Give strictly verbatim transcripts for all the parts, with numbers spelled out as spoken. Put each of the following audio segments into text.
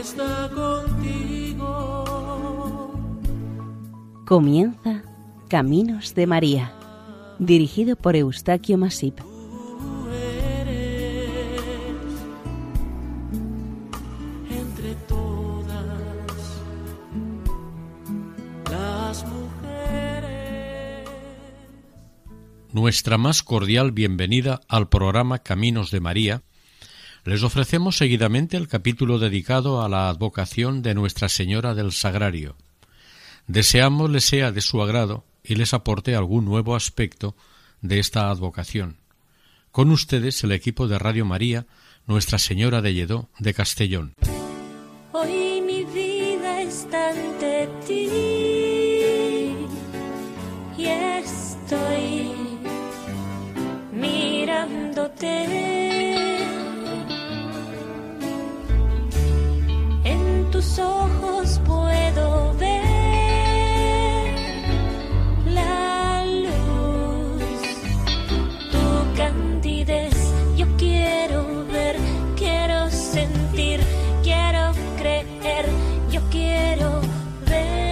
está contigo. Comienza Caminos de María, dirigido por Eustaquio Masip. Nuestra más cordial bienvenida al programa Caminos de María. Les ofrecemos seguidamente el capítulo dedicado a la advocación de Nuestra Señora del Sagrario. Deseamos les sea de su agrado y les aporte algún nuevo aspecto de esta advocación. Con ustedes el equipo de Radio María, Nuestra Señora de Lledó de Castellón. Hoy mi vida está ante ti y estoy mirándote, en tus ojos puedo ver la luz, tu candidez, yo quiero ver, quiero sentir, quiero creer, yo quiero ver.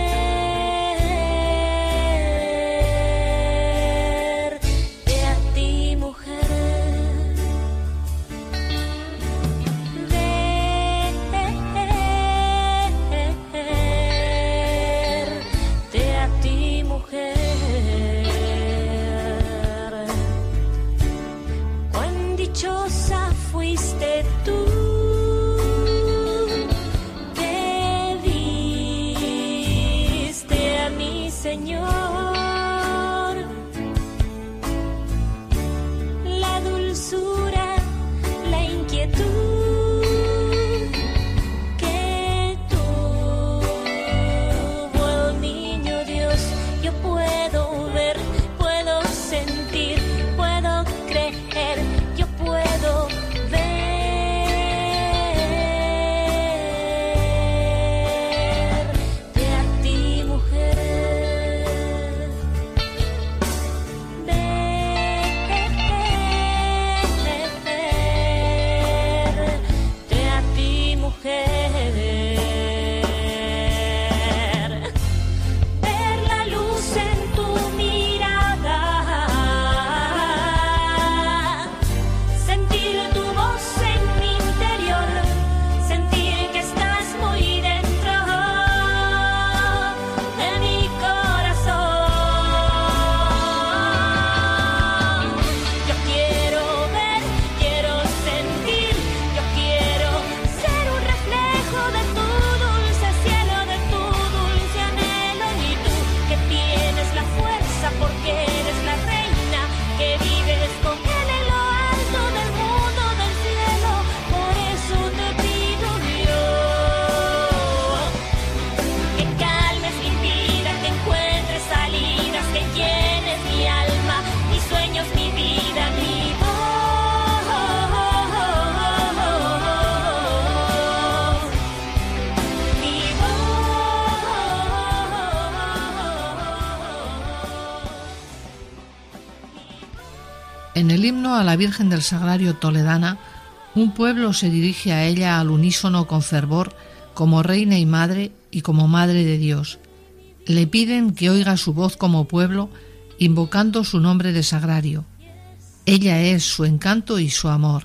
En el himno a la Virgen del Sagrario toledana, un pueblo se dirige a ella al unísono con fervor, como reina y madre y como madre de Dios. Le piden que oiga su voz como pueblo, invocando su nombre de sagrario. Ella es su encanto y su amor.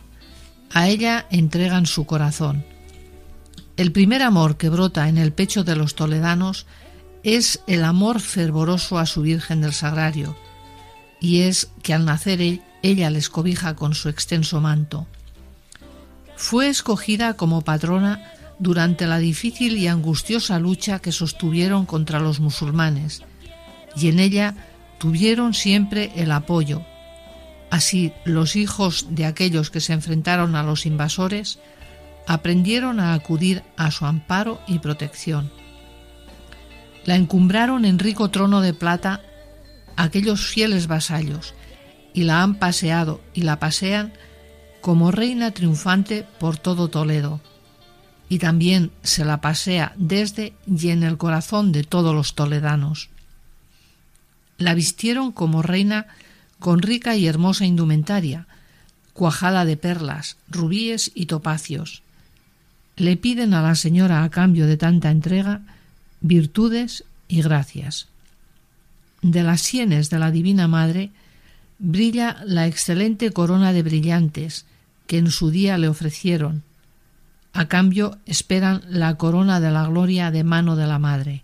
A ella entregan su corazón. El primer amor que brota en el pecho de los toledanos es el amor fervoroso a su Virgen del Sagrario, y es que al nacer él, ella les cobija con su extenso manto. Fue escogida como patrona durante la difícil y angustiosa lucha que sostuvieron contra los musulmanes, y en ella tuvieron siempre el apoyo. Así, los hijos de aquellos que se enfrentaron a los invasores aprendieron a acudir a su amparo y protección. La encumbraron en rico trono de plata aquellos fieles vasallos, y la han paseado y la pasean como reina triunfante por todo Toledo, y también se la pasea desde y en el corazón de todos los toledanos. La vistieron como reina con rica y hermosa indumentaria, cuajada de perlas, rubíes y topacios. le piden a la Señora, a cambio de tanta entrega, virtudes y gracias. De las sienes de la Divina Madre brilla la excelente corona de brillantes que en su día le ofrecieron. A cambio esperan la corona de la gloria de mano de la Madre.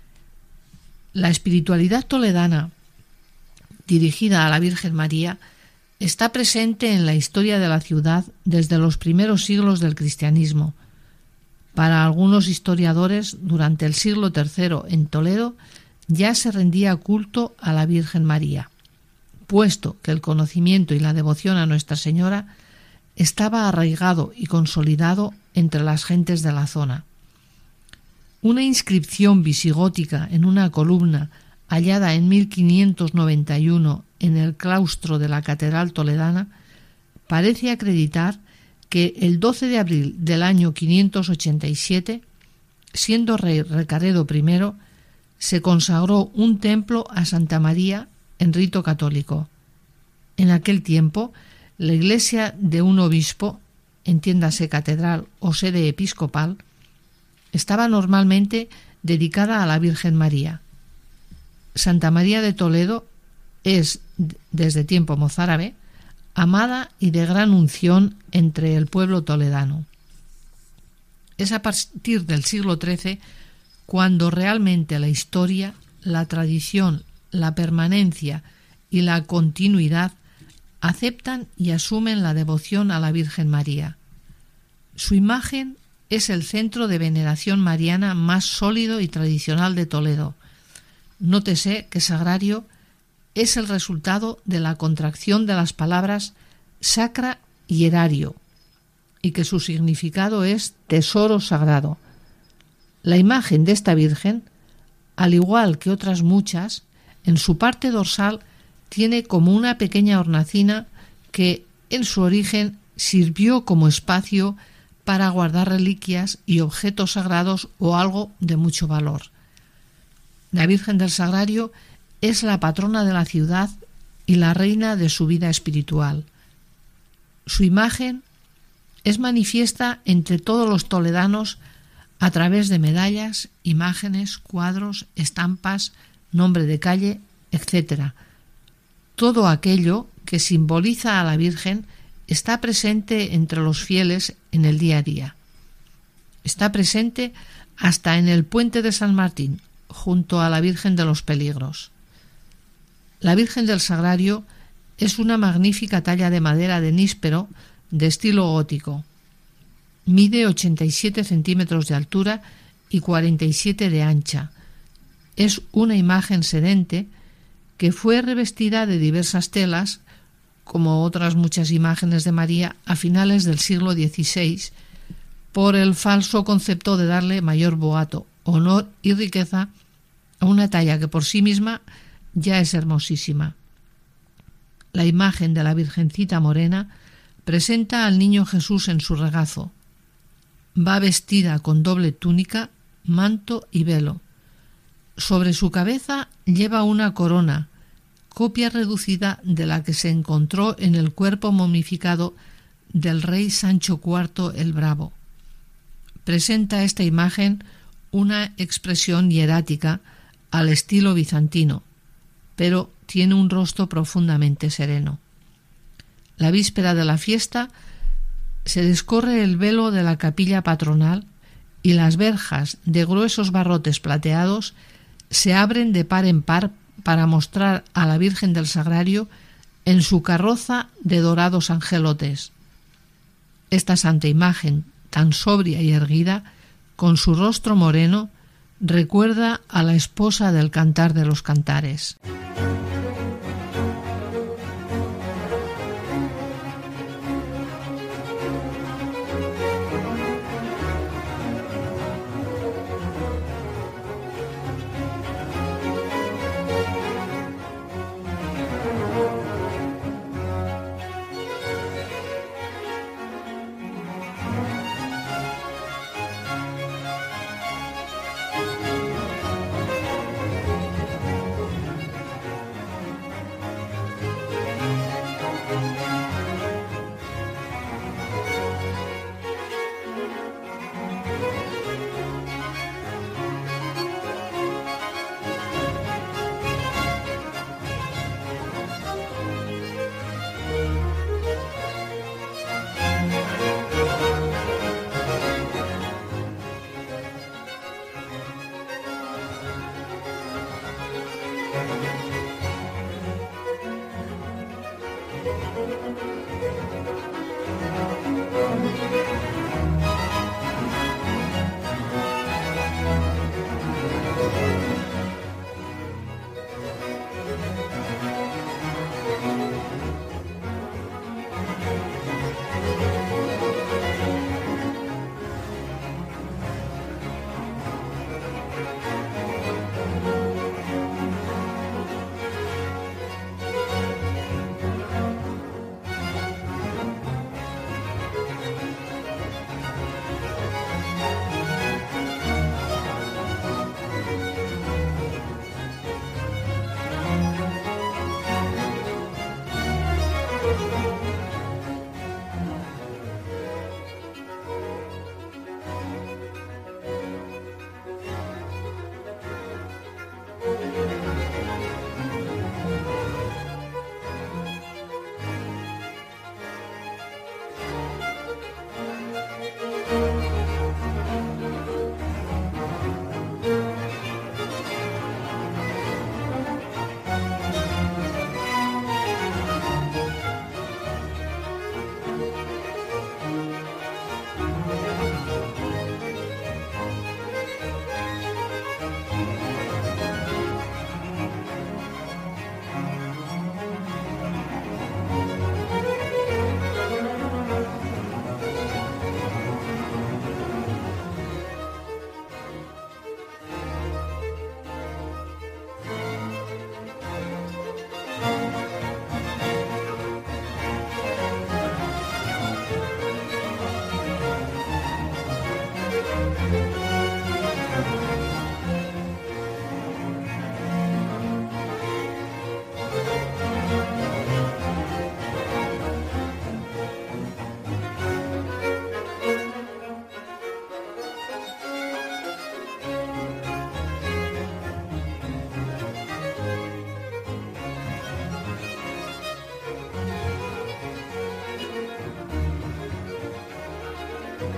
La espiritualidad toledana, dirigida a la Virgen María, está presente en la historia de la ciudad desde los primeros siglos del cristianismo. Para algunos historiadores, durante el siglo tercero en Toledo ya se rendía culto a la Virgen María, puesto que el conocimiento y la devoción a Nuestra Señora estaba arraigado y consolidado entre las gentes de la zona. Una inscripción visigótica en una columna hallada en mil quinientos noventa y uno en el claustro de la Catedral Toledana parece acreditar que el doce de abril del año quinientos ochenta y siete, siendo rey Recaredo I, se consagró un templo a Santa María en rito católico. En aquel tiempo, la iglesia de un obispo, entiéndase catedral o sede episcopal, estaba normalmente dedicada a la Virgen María. Santa María de Toledo es, desde tiempo mozárabe, amada y de gran unción entre el pueblo toledano. Es a partir del siglo trece cuando realmente la historia, la tradición, la permanencia y la continuidad aceptan y asumen la devoción a la Virgen María. Su imagen es el centro de veneración mariana más sólido y tradicional de Toledo. Nótese que sagrario es el resultado de la contracción de las palabras sacra y erario, y que su significado es tesoro sagrado. La imagen de esta Virgen, al igual que otras muchas, en su parte dorsal tiene como una pequeña hornacina que en su origen sirvió como espacio para guardar reliquias y objetos sagrados o algo de mucho valor. La Virgen del Sagrario es la patrona de la ciudad y la reina de su vida espiritual. Su imagen es manifiesta entre todos los toledanos a través de medallas, imágenes, cuadros, estampas, nombre de calle, etcétera. Todo aquello que simboliza a la Virgen está presente entre los fieles en el día a día. Está presente hasta en el puente de San Martín, junto a la Virgen de los Peligros. La Virgen del Sagrario es una magnífica talla de madera de níspero de estilo gótico. Mide ochenta y siete centímetros de altura y cuarenta y siete de ancha. Es una imagen sedente que fue revestida de diversas telas, como otras muchas imágenes de María, a finales del siglo dieciséis, por el falso concepto de darle mayor boato, honor y riqueza a una talla que por sí misma ya es hermosísima. La imagen de la Virgencita Morena presenta al niño Jesús en su regazo. Va vestida con doble túnica, manto y velo. Sobre su cabeza lleva una corona, copia reducida de la que se encontró en el cuerpo momificado del rey Sancho cuarto el Bravo. Presenta esta imagen una expresión hierática al estilo bizantino, pero tiene un rostro profundamente sereno. La víspera de la fiesta se descorre el velo de la capilla patronal y las verjas de gruesos barrotes plateados se abren de par en par para mostrar a la Virgen del Sagrario en su carroza de dorados angelotes. Esta santa imagen, tan sobria y erguida, con su rostro moreno, recuerda a la esposa del Cantar de los Cantares.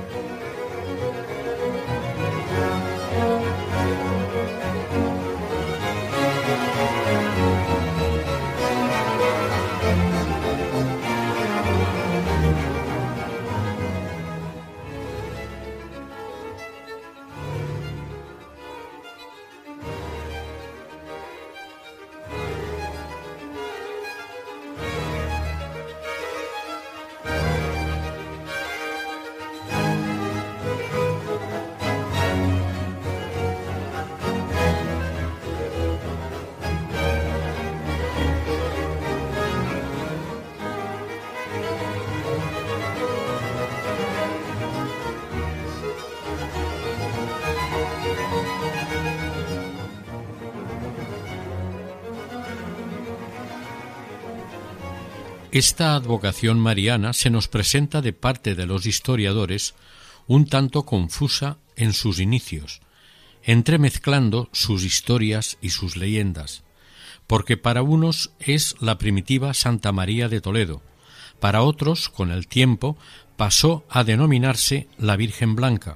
Esta advocación mariana se nos presenta de parte de los historiadores un tanto confusa en sus inicios, entremezclando sus historias y sus leyendas, porque para unos es la primitiva Santa María de Toledo, para otros, con el tiempo, pasó a denominarse la Virgen Blanca.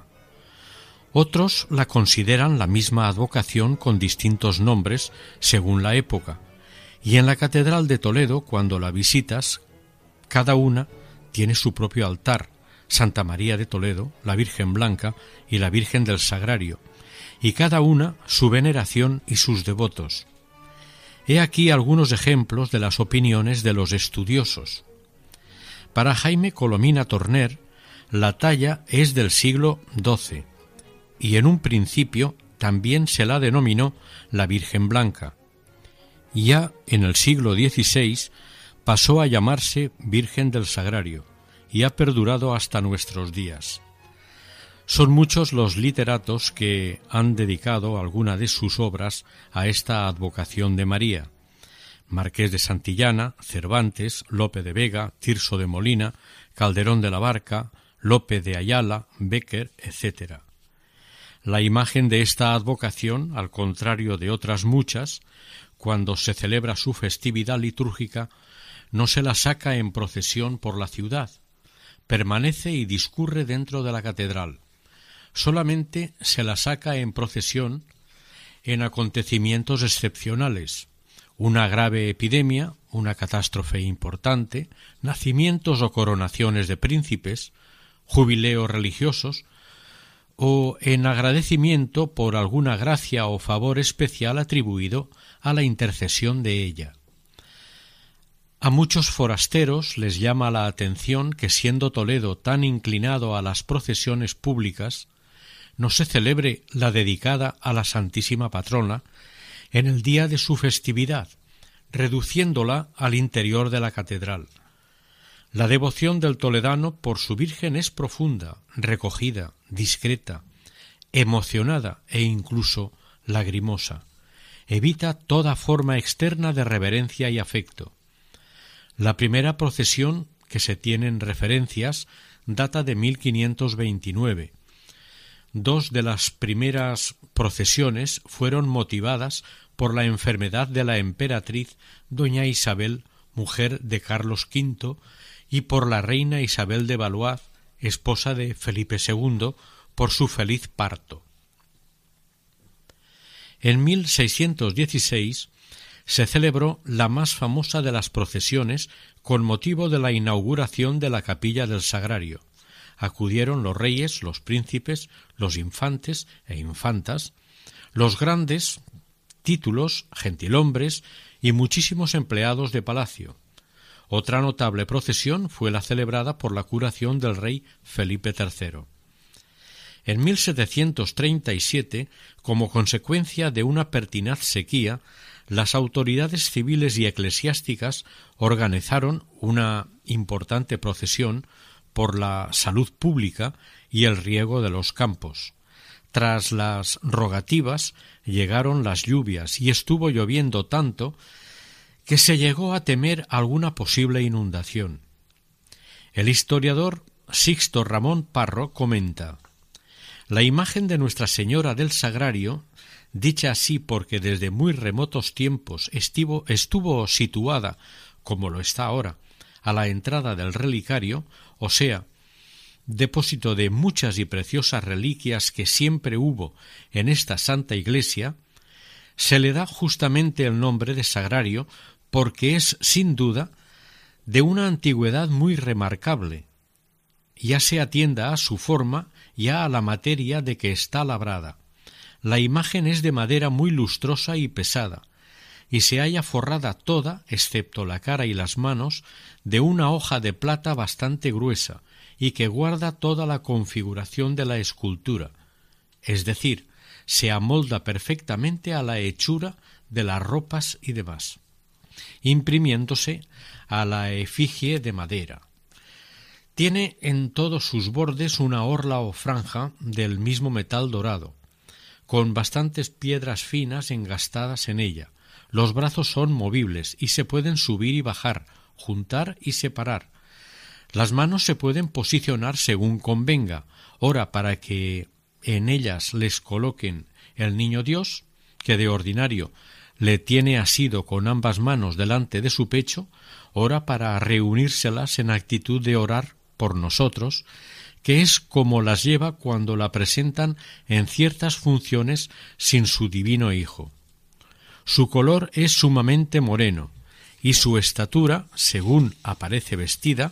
Otros la consideran la misma advocación con distintos nombres según la época, y en la Catedral de Toledo, cuando la visitas, cada una tiene su propio altar, Santa María de Toledo, la Virgen Blanca y la Virgen del Sagrario, y cada una su veneración y sus devotos. He aquí algunos ejemplos de las opiniones de los estudiosos. Para Jaime Colomina Torner, la talla es del siglo doce, y en un principio también se la denominó la Virgen Blanca. Ya en el siglo dieciséis pasó a llamarse Virgen del Sagrario y ha perdurado hasta nuestros días. Son muchos los literatos que han dedicado alguna de sus obras a esta advocación de María: Marqués de Santillana, Cervantes, Lope de Vega, Tirso de Molina, Calderón de la Barca, Lope de Ayala, Bécquer, etcétera. La imagen de esta advocación, al contrario de otras muchas, cuando se celebra su festividad litúrgica, no se la saca en procesión por la ciudad, permanece y discurre dentro de la catedral. Solamente se la saca en procesión en acontecimientos excepcionales, una grave epidemia, una catástrofe importante, nacimientos o coronaciones de príncipes, jubileos religiosos, o en agradecimiento por alguna gracia o favor especial atribuido a la intercesión de ella. A muchos forasteros les llama la atención que, siendo Toledo tan inclinado a las procesiones públicas, no se celebre la dedicada a la Santísima Patrona en el día de su festividad, reduciéndola al interior de la catedral. La devoción del toledano por su Virgen es profunda, recogida, discreta, emocionada e incluso lagrimosa. Evita toda forma externa de reverencia y afecto. La primera procesión que se tienen referencias data de mil quinientos veintinueve. Dos de las primeras procesiones fueron motivadas por la enfermedad de la emperatriz doña Isabel, mujer de Carlos quinto, y por la reina Isabel de Valois, esposa de Felipe segundo, por su feliz parto. En mil seiscientos dieciséis se celebró la más famosa de las procesiones con motivo de la inauguración de la capilla del Sagrario. Acudieron los reyes, los príncipes, los infantes e infantas, los grandes títulos, gentilhombres y muchísimos empleados de palacio. Otra notable procesión fue la celebrada por la curación del rey Felipe tercero. En mil setecientos treinta y siete, como consecuencia de una pertinaz sequía, las autoridades civiles y eclesiásticas organizaron una importante procesión por la salud pública y el riego de los campos. Tras las rogativas llegaron las lluvias y estuvo lloviendo tanto que se llegó a temer alguna posible inundación. El historiador Sixto Ramón Parro comenta: la imagen de Nuestra Señora del Sagrario, dicha así porque desde muy remotos tiempos estuvo, estuvo situada, como lo está ahora, a la entrada del relicario, o sea, depósito de muchas y preciosas reliquias que siempre hubo en esta santa iglesia, se le da justamente el nombre de sagrario porque es, sin duda, de una antigüedad muy remarcable, ya se atienda a su forma y a la materia de que está labrada. La imagen es de madera muy lustrosa y pesada, y se halla forrada toda, excepto la cara y las manos, de una hoja de plata bastante gruesa, y que guarda toda la configuración de la escultura, es decir, se amolda perfectamente a la hechura de las ropas y demás, imprimiéndose a la efigie de madera. Tiene en todos sus bordes una orla o franja del mismo metal dorado, con bastantes piedras finas engastadas en ella. Los brazos son movibles y se pueden subir y bajar, juntar y separar. Las manos se pueden posicionar según convenga, ora para que en ellas les coloquen el niño Dios, que de ordinario le tiene asido con ambas manos delante de su pecho, ora para reunírselas en actitud de orar por nosotros, que es como las lleva cuando la presentan en ciertas funciones sin su divino Hijo. Su color es sumamente moreno, y su estatura, según aparece vestida,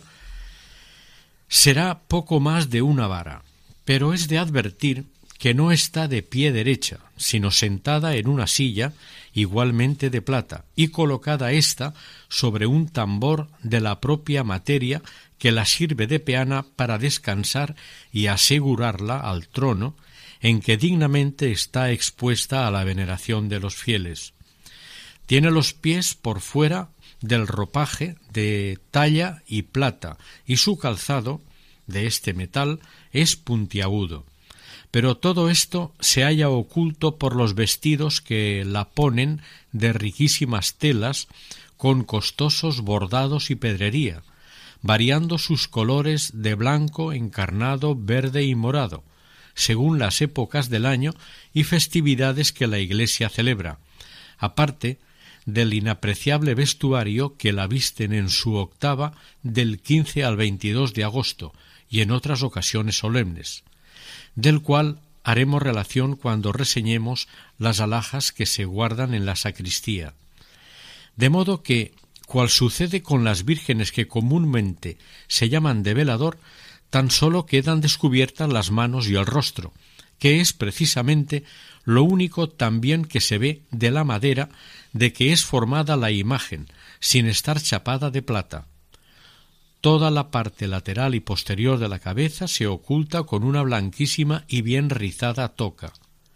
será poco más de una vara, pero es de advertir que no está de pie derecha, sino sentada en una silla igualmente de plata, y colocada ésta sobre un tambor de la propia materia que la sirve de peana para descansar y asegurarla al trono, en que dignamente está expuesta a la veneración de los fieles. Tiene los pies por fuera del ropaje de talla y plata, y su calzado, de este metal, es puntiagudo. Pero todo esto se halla oculto por los vestidos que la ponen de riquísimas telas con costosos bordados y pedrería, variando sus colores de blanco, encarnado, verde y morado, según las épocas del año y festividades que la Iglesia celebra, aparte del inapreciable vestuario que la visten en su octava del quince al veintidós de agosto y en otras ocasiones solemnes, del cual haremos relación cuando reseñemos las alhajas que se guardan en la sacristía. De modo que, cual sucede con las vírgenes que comúnmente se llaman de velador, tan sólo quedan descubiertas las manos y el rostro, que es precisamente lo único también que se ve de la madera de que es formada la imagen, sin estar chapada de plata. Toda la parte lateral y posterior de la cabeza se oculta con una blanquísima y bien rizada toca,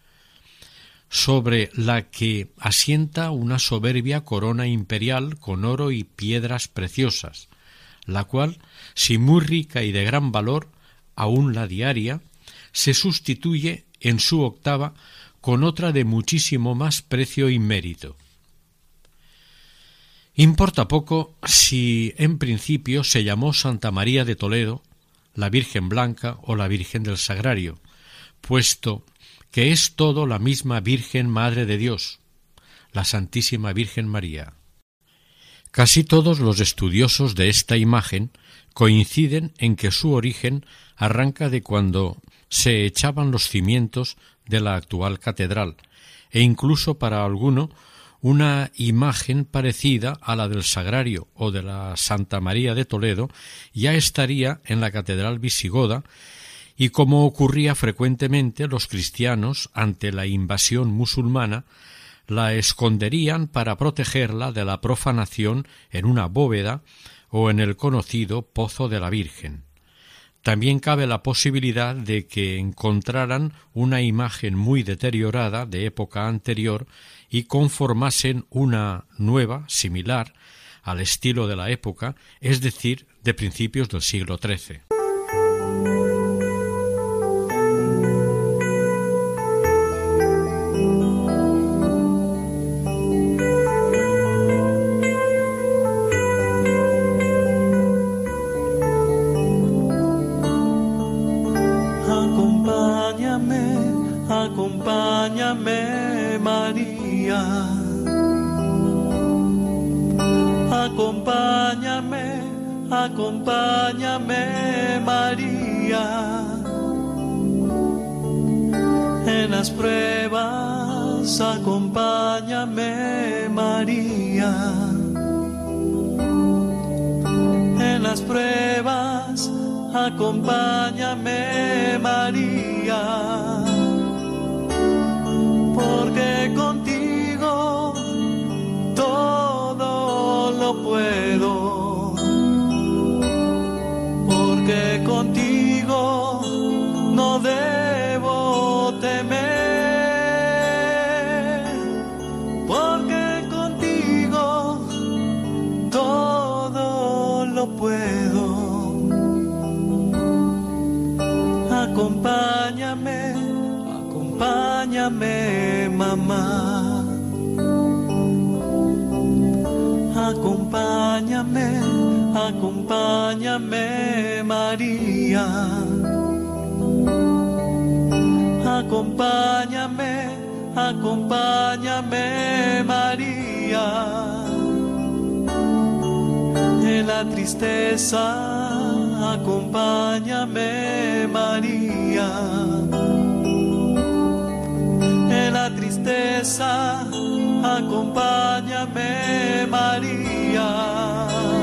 sobre la que asienta una soberbia corona imperial con oro y piedras preciosas, la cual, si muy rica y de gran valor, aun la diaria, se sustituye en su octava con otra de muchísimo más precio y mérito. Importa poco si en principio se llamó Santa María de Toledo, la Virgen Blanca o la Virgen del Sagrario, puesto que es todo la misma Virgen Madre de Dios, la Santísima Virgen María. Casi todos los estudiosos de esta imagen coinciden en que su origen arranca de cuando se echaban los cimientos de la actual catedral, e incluso para alguno una imagen parecida a la del Sagrario o de la Santa María de Toledo ya estaría en la catedral visigoda, y como ocurría frecuentemente, los cristianos, ante la invasión musulmana, la esconderían para protegerla de la profanación en una bóveda o en el conocido Pozo de la Virgen. También cabe la posibilidad de que encontraran una imagen muy deteriorada de época anterior y conformasen una nueva, similar, al estilo de la época, es decir, de principios del siglo trece. Acompáñame, María, acompáñame, acompáñame, María. María. En las pruebas acompáñame, María. En las pruebas acompáñame, María. Porque contigo todo lo puedo. Porque contigo no debo temer. Porque contigo todo lo puedo. Acompáñame, acompáñame, mamá. Acompáñame, acompáñame, María. Acompáñame, acompáñame, María. En la tristeza, acompáñame, María. En la tristeza, acompáñame, María.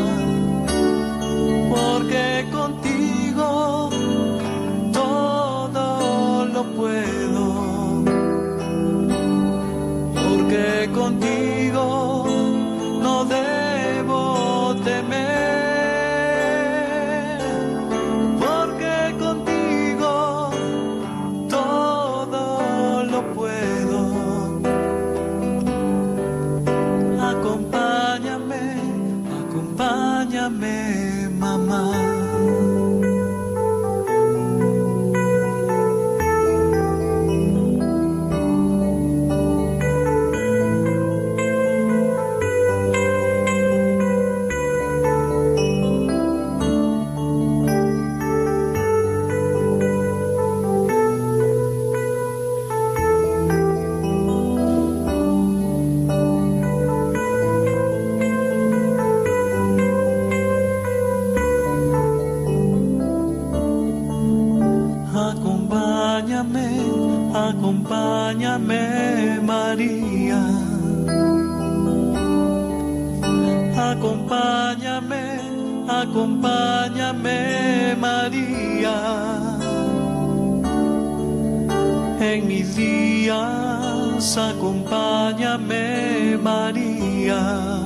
Porque contigo todo lo puedo. Porque contigo no debo temer. Porque contigo todo lo puedo. Acompáñame, acompáñame, mamá. Acompáñame, María. Acompáñame, acompáñame, María. En mis días, acompáñame, María.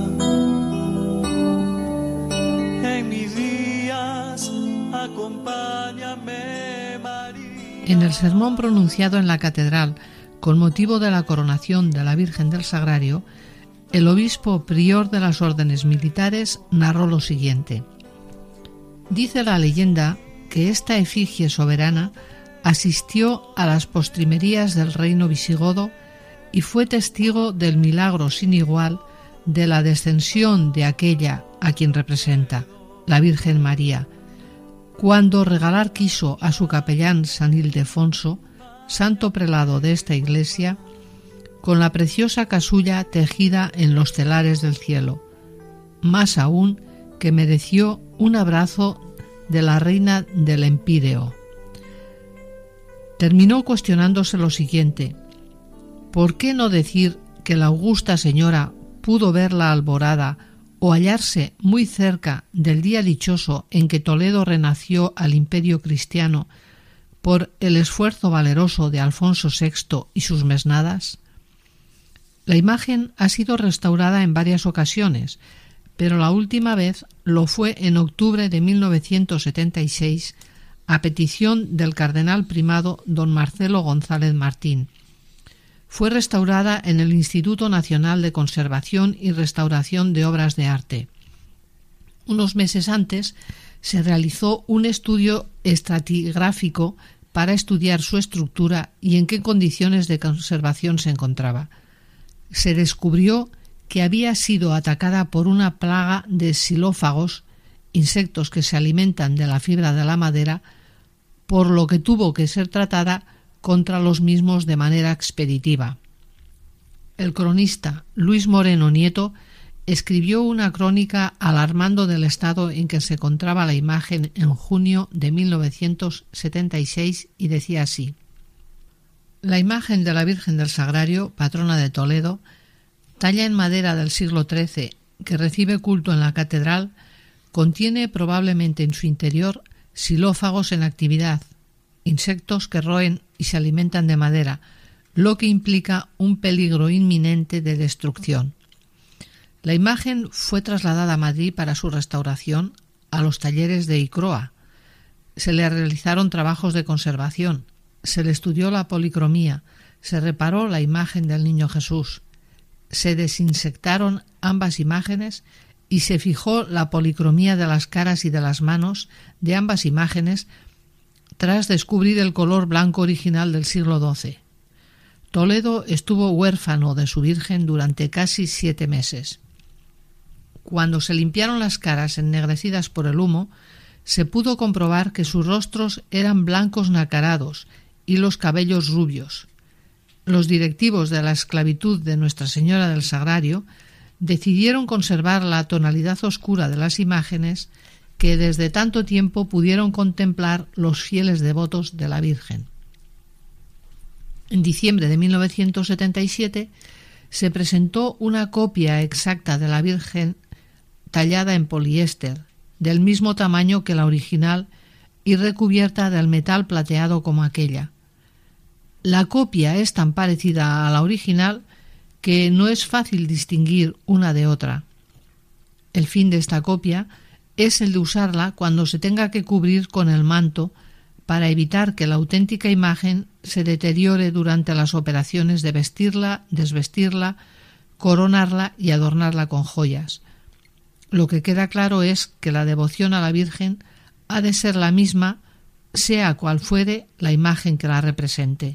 En mis días, acompáñame, María. En el sermón pronunciado en la catedral con motivo de la coronación de la Virgen del Sagrario, el obispo prior de las órdenes militares narró lo siguiente. Dice la leyenda que esta efigie soberana asistió a las postrimerías del reino visigodo y fue testigo del milagro sin igual de la descensión de aquella a quien representa, la Virgen María, cuando regalar quiso a su capellán San Ildefonso, santo prelado de esta iglesia, con la preciosa casulla tejida en los telares del cielo, más aún que mereció un abrazo de la reina del Empíreo. Terminó cuestionándose lo siguiente: ¿por qué no decir que la augusta señora pudo ver la alborada o hallarse muy cerca del día dichoso en que Toledo renació al imperio cristiano por el esfuerzo valeroso de Alfonso sexto y sus mesnadas? La imagen ha sido restaurada en varias ocasiones, pero la última vez lo fue en octubre de mil novecientos setenta y seis a petición del cardenal primado don Marcelo González Martín. Fue restaurada en el Instituto Nacional de Conservación y Restauración de Obras de Arte. Unos meses antes se realizó un estudio estratigráfico para estudiar su estructura y en qué condiciones de conservación se encontraba. Se descubrió que había sido atacada por una plaga de xilófagos, insectos que se alimentan de la fibra de la madera, por lo que tuvo que ser tratada contra los mismos de manera expeditiva. El cronista Luis Moreno Nieto escribió una crónica alarmando del estado en que se encontraba la imagen en junio de mil novecientos setenta y seis y decía así: la imagen de la Virgen del Sagrario, patrona de Toledo, talla en madera del siglo trece, que recibe culto en la catedral, contiene probablemente en su interior xilófagos en actividad, insectos que roen y se alimentan de madera, lo que implica un peligro inminente de destrucción. La imagen fue trasladada a Madrid para su restauración a los talleres de Icroa. Se le realizaron trabajos de conservación, se le estudió la policromía, se reparó la imagen del Niño Jesús, se desinsectaron ambas imágenes y se fijó la policromía de las caras y de las manos de ambas imágenes tras descubrir el color blanco original del siglo doce. Toledo estuvo huérfano de su Virgen durante casi siete meses. Cuando se limpiaron las caras ennegrecidas por el humo, se pudo comprobar que sus rostros eran blancos nacarados y los cabellos rubios. Los directivos de la esclavitud de Nuestra Señora del Sagrario decidieron conservar la tonalidad oscura de las imágenes que desde tanto tiempo pudieron contemplar los fieles devotos de la Virgen. En diciembre de mil novecientos setenta y siete se presentó una copia exacta de la Virgen tallada en poliéster, del mismo tamaño que la original y recubierta del metal plateado como aquella. La copia es tan parecida a la original que no es fácil distinguir una de otra. El fin de esta copia es el de usarla cuando se tenga que cubrir con el manto para evitar que la auténtica imagen se deteriore durante las operaciones de vestirla, desvestirla, coronarla y adornarla con joyas. Lo que queda claro es que la devoción a la Virgen ha de ser la misma, sea cual fuere la imagen que la represente.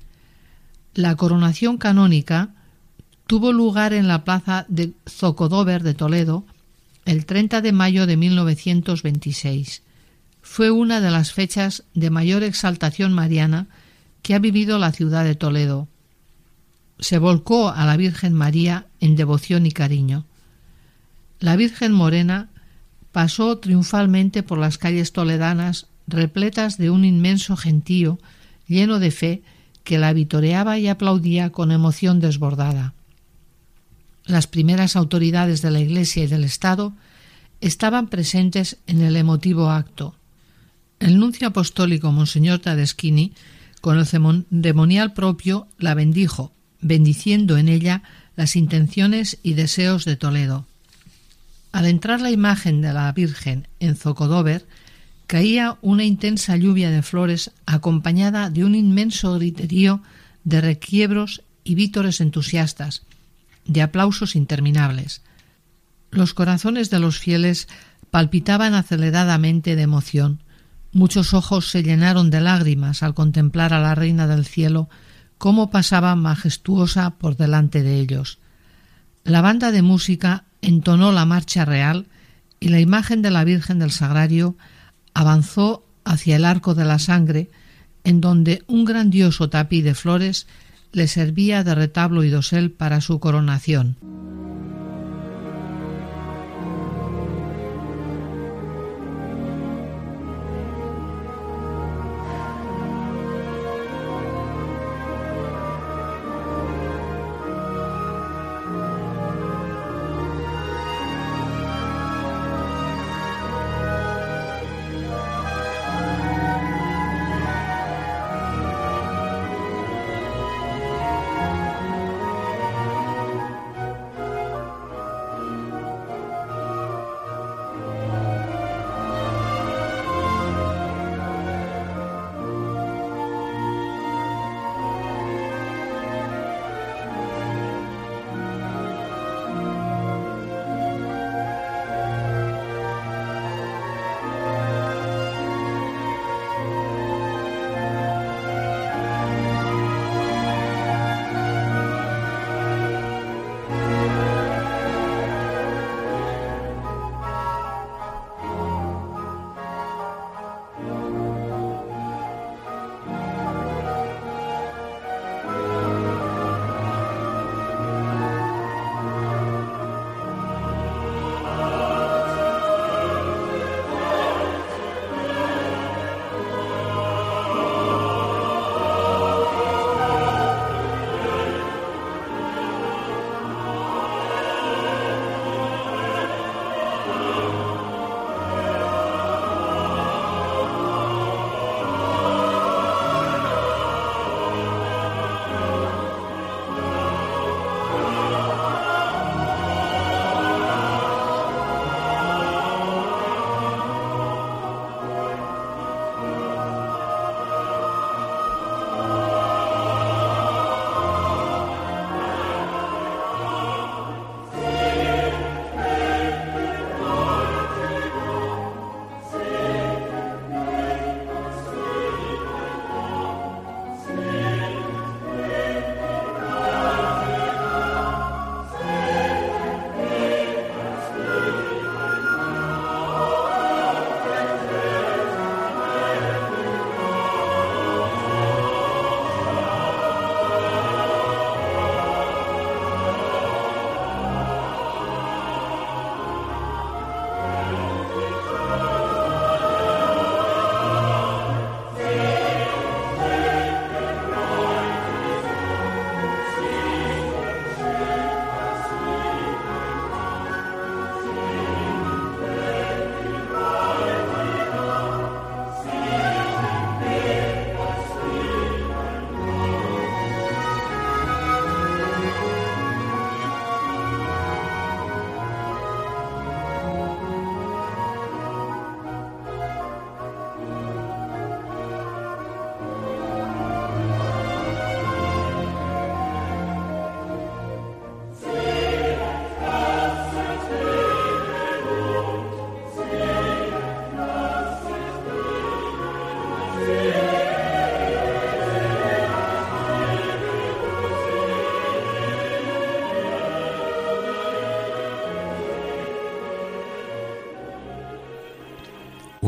La coronación canónica tuvo lugar en la plaza de Zocodover de Toledo el treinta de mayo de mil novecientos veintiséis. Fue una de las fechas de mayor exaltación mariana que ha vivido la ciudad de Toledo. Se volcó a la Virgen María en devoción y cariño. La Virgen Morena pasó triunfalmente por las calles toledanas repletas de un inmenso gentío lleno de fe que la vitoreaba y aplaudía con emoción desbordada. Las primeras autoridades de la Iglesia y del Estado estaban presentes en el emotivo acto. El nuncio apostólico Monseñor Tadeschini, con el ceremonial propio, la bendijo, bendiciendo en ella las intenciones y deseos de Toledo. Al entrar la imagen de la Virgen en Zocodover, caía una intensa lluvia de flores acompañada de un inmenso griterío de requiebros y vítores entusiastas, de aplausos interminables. Los corazones de los fieles palpitaban aceleradamente de emoción. Muchos ojos se llenaron de lágrimas al contemplar a la Reina del Cielo cómo pasaba majestuosa por delante de ellos. La banda de música entonó la marcha real y la imagen de la Virgen del Sagrario avanzó hacia el Arco de la Sangre, en donde un grandioso tapiz de flores le servía de retablo y dosel para su coronación.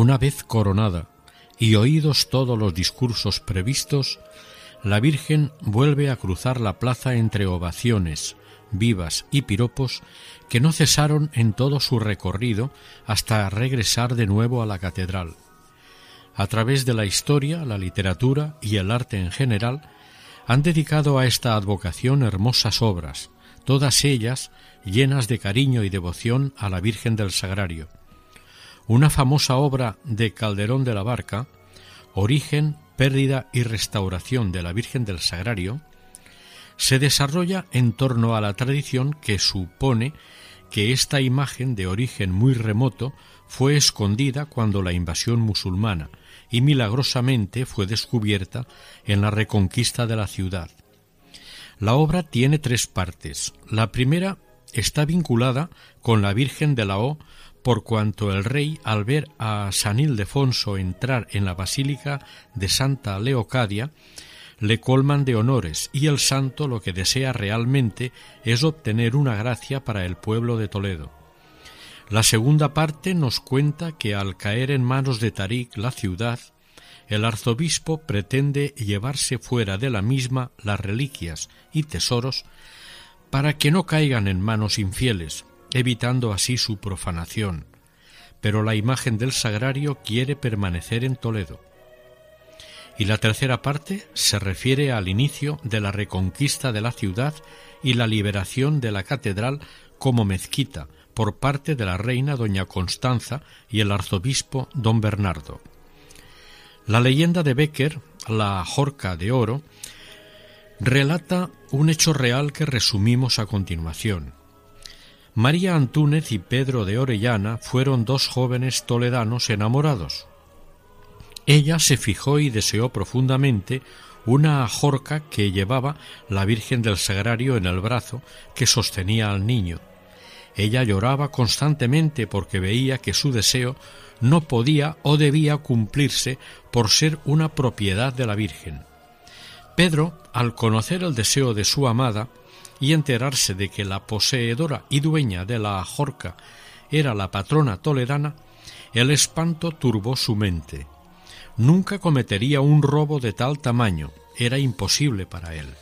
Una vez coronada y oídos todos los discursos previstos, la Virgen vuelve a cruzar la plaza entre ovaciones, vivas y piropos que no cesaron en todo su recorrido hasta regresar de nuevo a la catedral. A través de la historia, la literatura y el arte en general, han dedicado a esta advocación hermosas obras, todas ellas llenas de cariño y devoción a la Virgen del Sagrario. Una famosa obra de Calderón de la Barca, Origen, pérdida y restauración de la Virgen del Sagrario, se desarrolla en torno a la tradición que supone que esta imagen de origen muy remoto fue escondida cuando la invasión musulmana y milagrosamente fue descubierta en la reconquista de la ciudad. La obra tiene tres partes. La primera está vinculada con la Virgen de la O, por cuanto el rey, al ver a San Ildefonso entrar en la Basílica de Santa Leocadia, le colman de honores, y el santo lo que desea realmente es obtener una gracia para el pueblo de Toledo. La segunda parte nos cuenta que al caer en manos de Tarik la ciudad, el arzobispo pretende llevarse fuera de la misma las reliquias y tesoros para que no caigan en manos infieles, evitando así su profanación, pero la imagen del sagrario quiere permanecer en Toledo. Y la tercera parte se refiere al inicio de la reconquista de la ciudad y la liberación de la catedral como mezquita por parte de la reina doña Constanza y el arzobispo don Bernardo. La leyenda de Bécquer, la Jorca de Oro, relata un hecho real que resumimos a continuación. María Antúnez y Pedro de Orellana fueron dos jóvenes toledanos enamorados. Ella se fijó y deseó profundamente una ajorca que llevaba la Virgen del Sagrario en el brazo que sostenía al niño. Ella lloraba constantemente porque veía que su deseo no podía o debía cumplirse por ser una propiedad de la Virgen. Pedro, al conocer el deseo de su amada y enterarse de que la poseedora y dueña de la ajorca era la patrona toledana, el espanto turbó su mente. Nunca cometería un robo de tal tamaño, era imposible para él.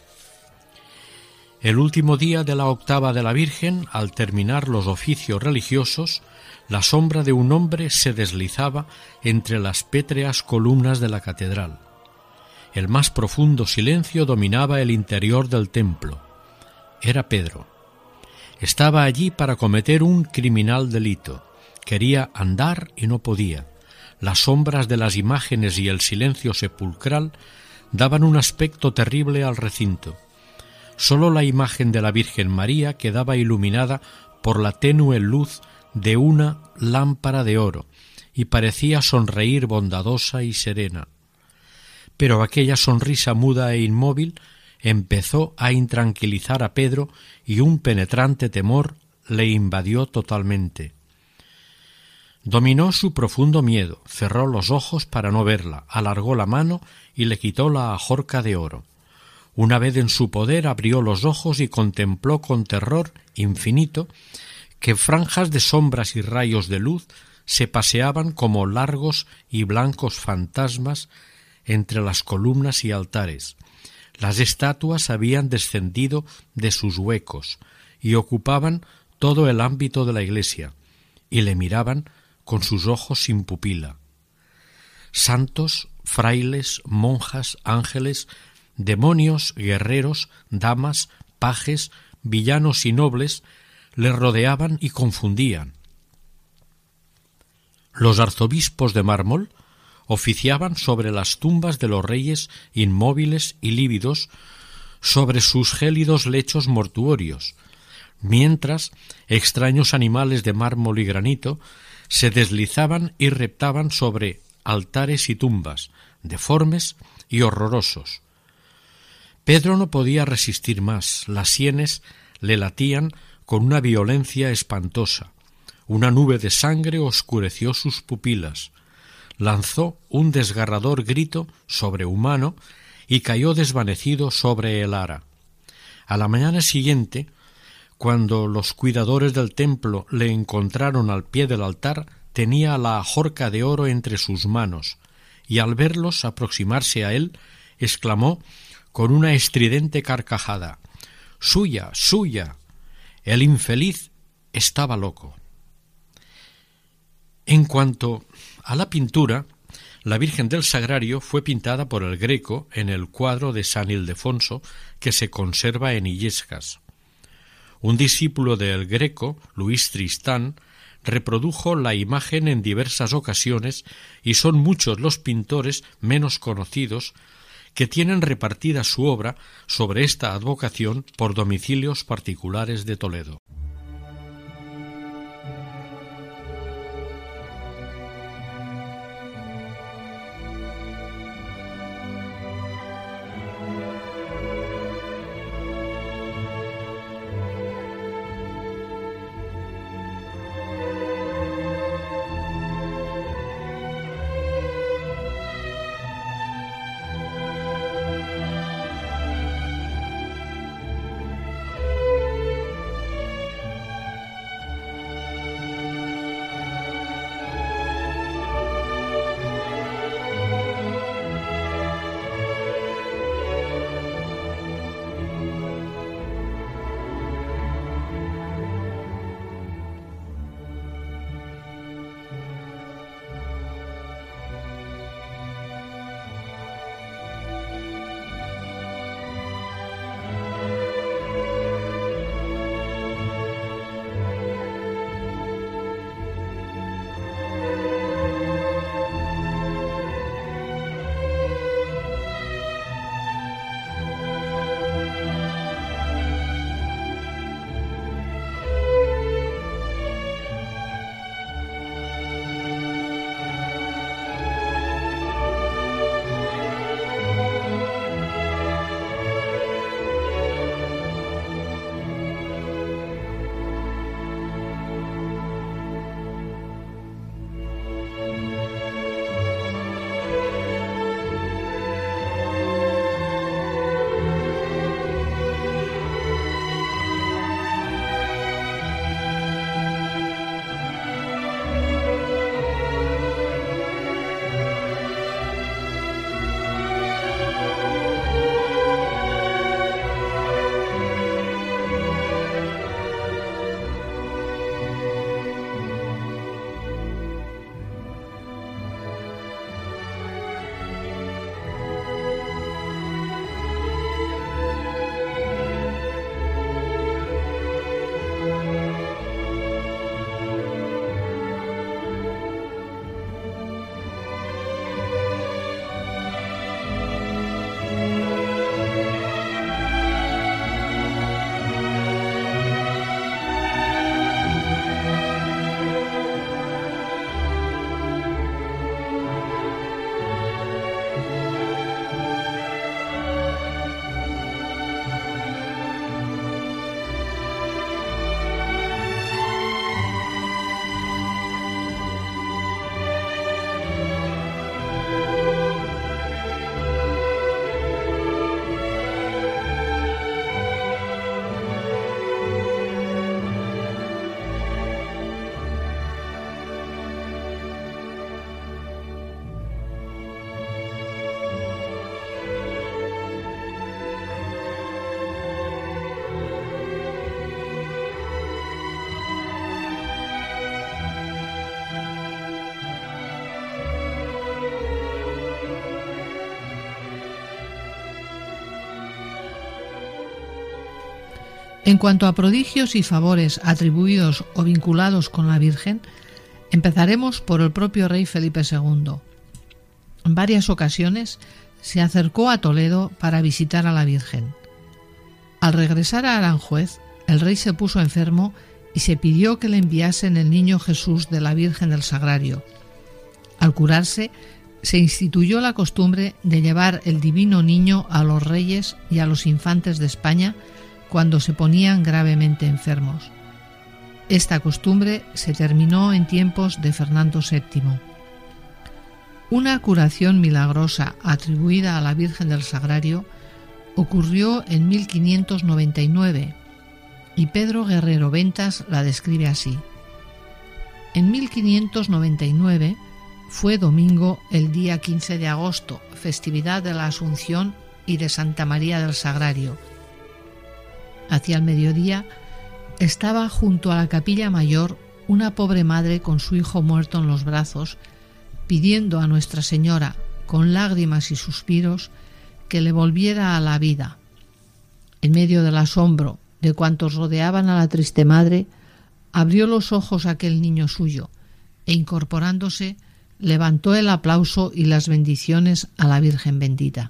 El último día de la octava de la Virgen, al terminar los oficios religiosos, la sombra de un hombre se deslizaba entre las pétreas columnas de la catedral. El más profundo silencio dominaba el interior del templo. Era Pedro. Estaba allí para cometer un criminal delito. Quería andar y no podía. Las sombras de las imágenes y el silencio sepulcral daban un aspecto terrible al recinto. Sólo la imagen de la Virgen María quedaba iluminada por la tenue luz de una lámpara de oro y parecía sonreír bondadosa y serena. Pero aquella sonrisa muda e inmóvil empezó a intranquilizar a Pedro y un penetrante temor le invadió totalmente. Dominó su profundo miedo, cerró los ojos para no verla, alargó la mano y le quitó la ajorca de oro. Una vez en su poder abrió los ojos y contempló con terror infinito que franjas de sombras y rayos de luz se paseaban como largos y blancos fantasmas entre las columnas y altares. Las estatuas habían descendido de sus huecos y ocupaban todo el ámbito de la iglesia, y le miraban con sus ojos sin pupila. Santos, frailes, monjas, ángeles, demonios, guerreros, damas, pajes, villanos y nobles le rodeaban y confundían. Los arzobispos de mármol oficiaban sobre las tumbas de los reyes inmóviles y lívidos sobre sus gélidos lechos mortuorios, mientras extraños animales de mármol y granito se deslizaban y reptaban sobre altares y tumbas, deformes y horrorosos. Pedro no podía resistir más, las sienes le latían con una violencia espantosa. Una nube de sangre oscureció sus pupilas. Lanzó un desgarrador grito sobrehumano y cayó desvanecido sobre el ara. A la mañana siguiente, cuando los cuidadores del templo le encontraron al pie del altar, tenía la jorca de oro entre sus manos, y al verlos aproximarse a él, exclamó con una estridente carcajada: «¡Suya, suya!». El infeliz estaba loco. En cuanto a la pintura, la Virgen del Sagrario fue pintada por el Greco en el cuadro de San Ildefonso que se conserva en Illescas. Un discípulo del Greco, Luis Tristán, reprodujo la imagen en diversas ocasiones y son muchos los pintores menos conocidos que tienen repartida su obra sobre esta advocación por domicilios particulares de Toledo. En cuanto a prodigios y favores atribuidos o vinculados con la Virgen, empezaremos por el propio rey Felipe segundo. En varias ocasiones se acercó a Toledo para visitar a la Virgen. Al regresar a Aranjuez, el rey se puso enfermo y se pidió que le enviasen el niño Jesús de la Virgen del Sagrario. Al curarse, se instituyó la costumbre de llevar el divino niño a los reyes y a los infantes de España cuando se ponían gravemente enfermos. Esta costumbre se terminó en tiempos de Fernando séptimo. Una curación milagrosa atribuida a la Virgen del Sagrario ocurrió en mil quinientos noventa y nueve y Pedro Guerrero Ventas la describe así. En mil quinientos noventa y nueve fue domingo el día quince de agosto, festividad de la Asunción y de Santa María del Sagrario. Hacia el mediodía estaba junto a la capilla mayor una pobre madre con su hijo muerto en los brazos, pidiendo a Nuestra Señora, con lágrimas y suspiros, que le volviera a la vida. En medio del asombro de cuantos rodeaban a la triste madre, abrió los ojos aquel niño suyo e, incorporándose, levantó el aplauso y las bendiciones a la Virgen bendita.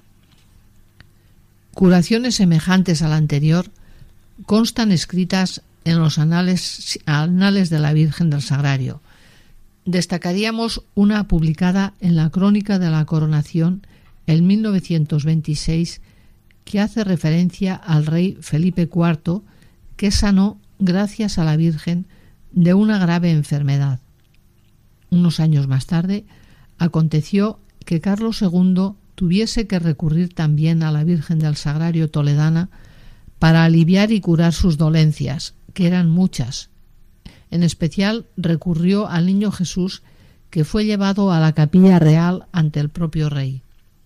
Curaciones semejantes a la anterior constan escritas en los anales, anales de la Virgen del Sagrario. Destacaríamos una publicada en la Crónica de la Coronación en mil novecientos veintiséis que hace referencia al rey Felipe cuarto, que sanó gracias a la Virgen de una grave enfermedad. Unos años más tarde aconteció que Carlos segundo tuviese que recurrir también a la Virgen del Sagrario toledana para aliviar y curar sus dolencias, que eran muchas. En especial recurrió al niño Jesús, que fue llevado a la capilla real ante el propio rey.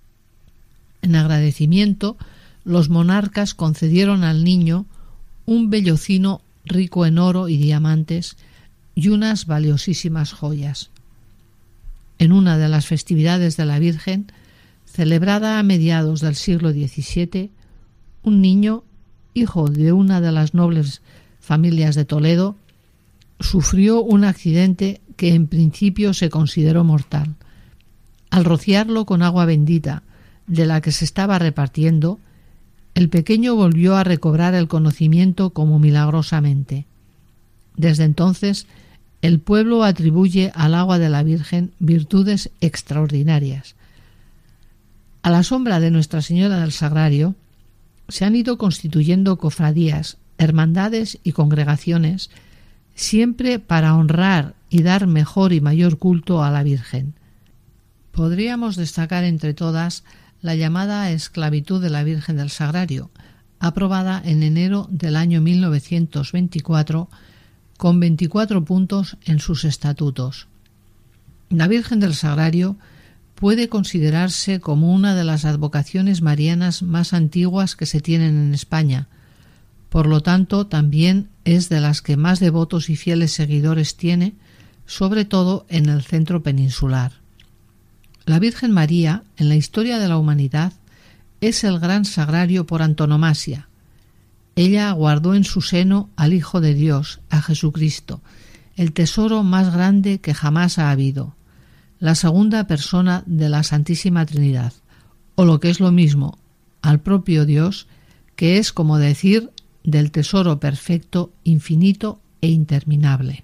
En agradecimiento, los monarcas concedieron al niño un vellocino rico en oro y diamantes y unas valiosísimas joyas. En una de las festividades de la Virgen, celebrada a mediados del siglo diecisiete, un niño, hijo de una de las nobles familias de Toledo, sufrió un accidente que en principio se consideró mortal. Al rociarlo con agua bendita de la que se estaba repartiendo, el pequeño volvió a recobrar el conocimiento como milagrosamente. Desde entonces, el pueblo atribuye al agua de la Virgen virtudes extraordinarias. A la sombra de Nuestra Señora del Sagrario se han ido constituyendo cofradías, hermandades y congregaciones, siempre para honrar y dar mejor y mayor culto a la Virgen. Podríamos destacar entre todas la llamada esclavitud de la Virgen del Sagrario, aprobada en enero del año mil novecientos veinticuatro, con veinticuatro puntos en sus estatutos. La Virgen del Sagrario puede considerarse como una de las advocaciones marianas más antiguas que se tienen en España. Por lo tanto, también es de las que más devotos y fieles seguidores tiene, sobre todo en el centro peninsular. La Virgen María, en la historia de la humanidad, es el gran sagrario por antonomasia. Ella guardó en su seno al Hijo de Dios, a Jesucristo, el tesoro más grande que jamás ha habido, la segunda persona de la Santísima Trinidad, o lo que es lo mismo, al propio Dios, que es como decir del tesoro perfecto, infinito e interminable.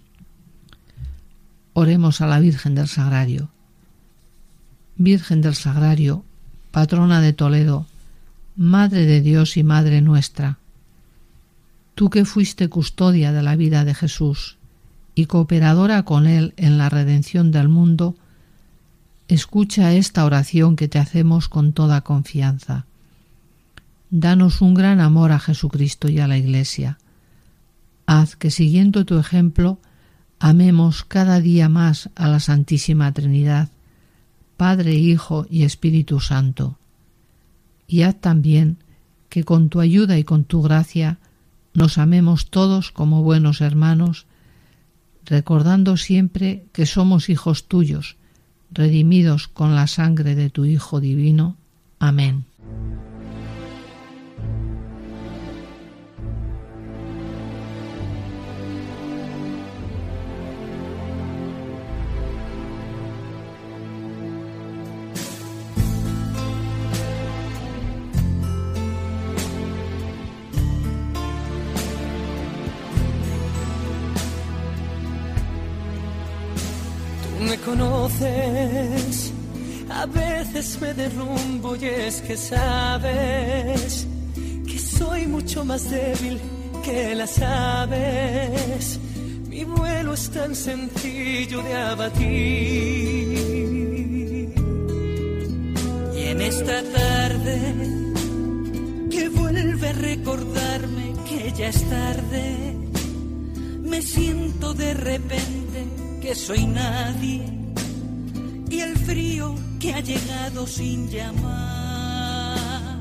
Oremos a la Virgen del Sagrario. Virgen del Sagrario, patrona de Toledo, Madre de Dios y Madre nuestra, tú que fuiste custodia de la vida de Jesús y cooperadora con él en la redención del mundo, escucha esta oración que te hacemos con toda confianza. Danos un gran amor a Jesucristo y a la Iglesia. Haz que, siguiendo tu ejemplo, amemos cada día más a la Santísima Trinidad, Padre, Hijo y Espíritu Santo. Y haz también que con tu ayuda y con tu gracia nos amemos todos como buenos hermanos, recordando siempre que somos hijos tuyos, redimidos con la sangre de tu Hijo divino. Amén. Me conoces, a veces me derrumbo y es que sabes que soy mucho más débil que las aves. Mi vuelo es tan sencillo de abatir. Y en esta tarde que vuelve a recordarme que ya es tarde, me siento de repente que soy nadie y el frío que ha llegado sin llamar.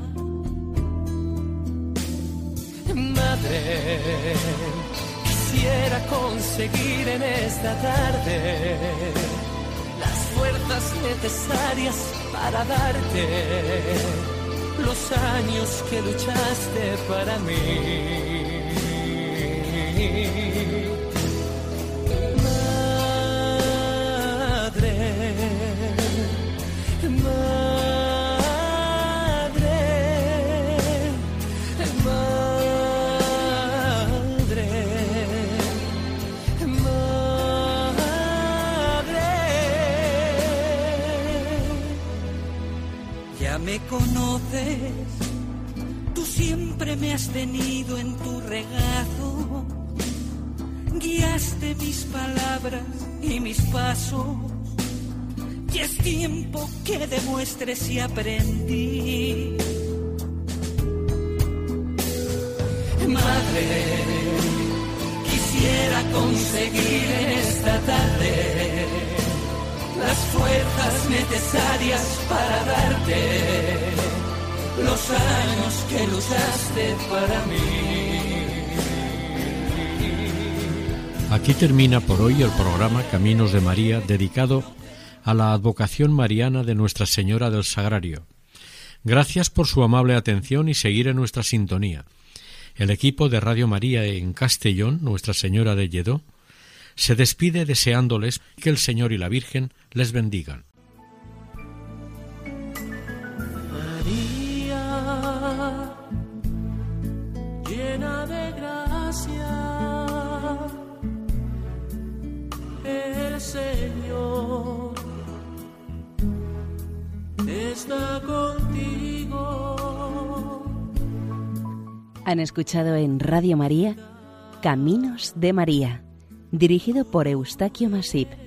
Madre, quisiera conseguir en esta tarde las fuerzas necesarias para darte los años que luchaste para mí. Me conoces, tú siempre me has tenido en tu regazo, guiaste mis palabras y mis pasos, y es tiempo que demuestres si aprendí. Madre, quisiera conseguir en esta tarde las fuerzas necesarias para darte los años que luchaste para mí. Aquí termina por hoy el programa Caminos de María, dedicado a la advocación mariana de Nuestra Señora del Sagrario. Gracias por su amable atención y seguir en nuestra sintonía. El equipo de Radio María en Castellón, Nuestra Señora de Lledó, se despide deseándoles que el Señor y la Virgen les bendigan. María, llena de gracia, el Señor está contigo. Han escuchado en Radio María Caminos de María, dirigido por Eustaquio Masip.